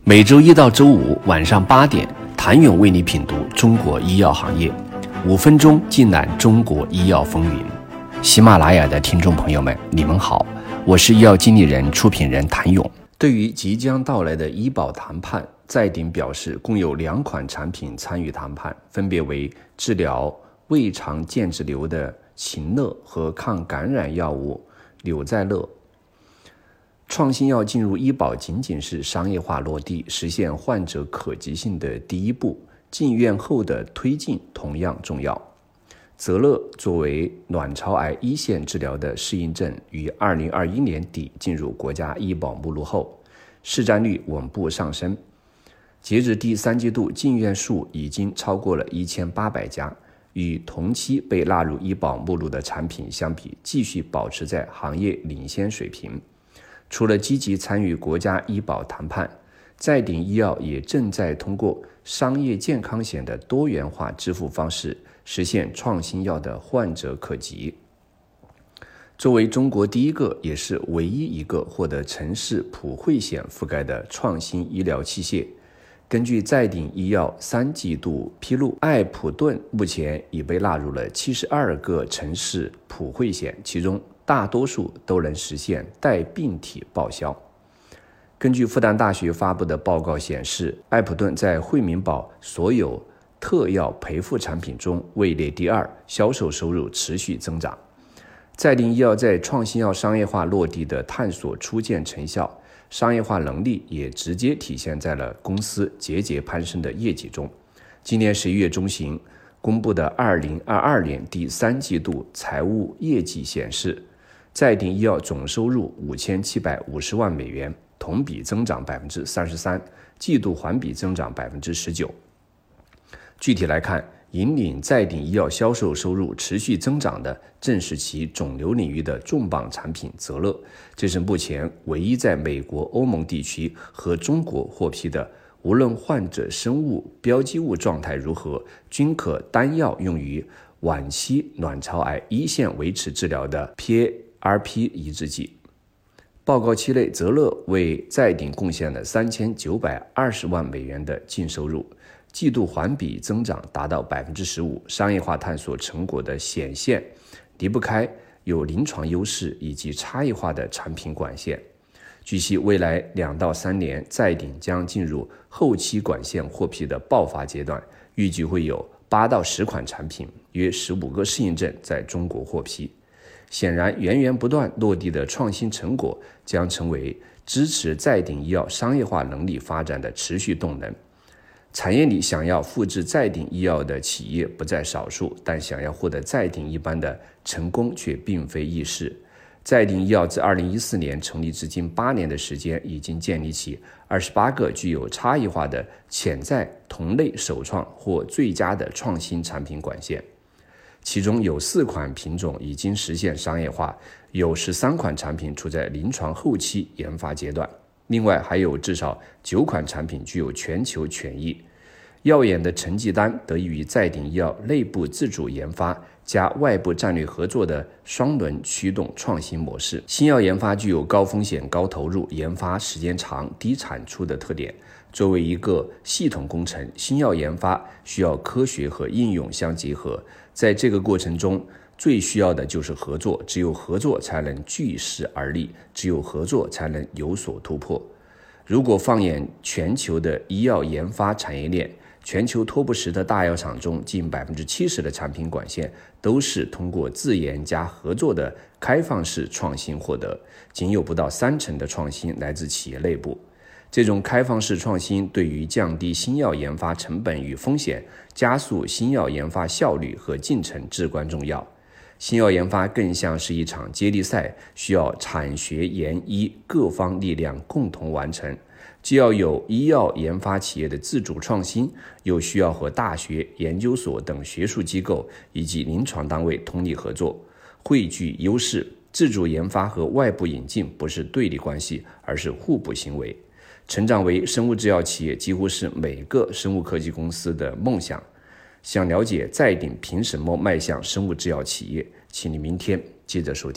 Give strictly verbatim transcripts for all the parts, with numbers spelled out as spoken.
每周一到周五晚上八点，谭勇为你品读中国医药行业，五分钟尽览中国医药风云。喜马拉雅的听众朋友们，你们好，我是医药经理人、出品人谭勇。对于即将到来的医保谈判，在鼎表示，共有两款产品参与谈判，分别为治疗胃肠间质瘤的秦乐和抗感染药物柳在乐。创新药进入医保仅仅是商业化落地、实现患者可及性的第一步，进院后的推进同样重要。泽乐作为卵巢癌一线治疗的适应症，于二零二一年底进入国家医保目录后，市占率稳步上升。截至第三季度，进院数已经超过了一千八百家，与同期被纳入医保目录的产品相比，继续保持在行业领先水平。除了积极参与国家医保谈判，在鼎医药也正在通过商业健康险的多元化支付方式，实现创新药的患者可及。作为中国第一个也是唯一一个获得城市普惠险覆盖的创新医疗器械，根据在鼎医药三季度披露，艾普顿目前已被纳入了七十二个城市普惠险，其中大多数都能实现带病体报销。根据复旦大学发布的报告显示，艾普顿在惠民保所有特药赔付产品中位列第二，销售收入持续增长。在鼎医药在创新药商业化落地的探索初见成效，商业化能力也直接体现在了公司节节攀升的业绩中。今年十一月中旬公布的二零二二年第三季度财务业绩显示，在鼎医药总收入五千七百五十万美元，同比增长 百分之三十三， 季度环比增长 百分之十九。 具体来看，引领在鼎医药销售收入持续增长的正是其肿瘤领域的重磅产品泽乐，这是目前唯一在美国、欧盟地区和中国获批的，无论患者生物标记物状态如何，均可单药用于晚期卵巢癌一线维持治疗的 P A R P 抑制剂。报告期内，泽乐为在鼎贡献了三千九百二十万美元的净收入，季度环比增长达到 百分之十五， 商业化探索成果的显现离不开有临床优势以及差异化的产品管线。据悉，未来两到三年，在鼎将进入后期管线获批的爆发阶段，预计会有八到十款产品，约十五个适应症在中国获批。显然，源源不断落地的创新成果将成为支持在鼎医药商业化能力发展的持续动能。产业里想要复制在鼎医药的企业不在少数，但想要获得在鼎一般的成功却并非易事。在鼎医药自二零一四年成立至今八年的时间，已经建立起二十八个具有差异化的潜在同类首创或最佳的创新产品管线。其中有四款品种已经实现商业化，有十三款产品处在临床后期研发阶段，另外还有至少九款产品具有全球权益。耀眼的成绩单得益于在鼎医药内部自主研发加外部战略合作的双轮驱动创新模式。新药研发具有高风险、高投入、研发时间长、低产出的特点。作为一个系统工程，新药研发需要科学和应用相结合，在这个过程中最需要的就是合作，只有合作才能聚势而立，只有合作才能有所突破。如果放眼全球的医药研发产业链，全球 Top 十的大药厂中，近 百分之七十 的产品管线都是通过自研加合作的开放式创新获得，仅有不到三成的创新来自企业内部。这种开放式创新对于降低新药研发成本与风险，加速新药研发效率和进程至关重要。新药研发更像是一场接力赛，需要产学研医各方力量共同完成。既要有医药研发企业的自主创新，又需要和大学、研究所等学术机构以及临床单位通力合作，汇聚优势。自主研发和外部引进不是对立关系，而是互补行为。成长为生物制药企业几乎是每个生物科技公司的梦想。想了解在鼎凭什么迈向生物制药企业，请你明天接着收听。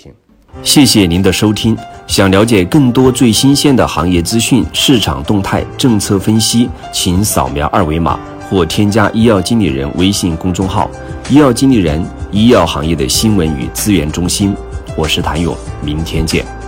谢谢您的收听。想了解更多最新鲜的行业资讯、市场动态、政策分析，请扫描二维码或添加医药经理人微信公众号“医药经理人”，医药行业的新闻与资源中心。我是谭勇，明天见。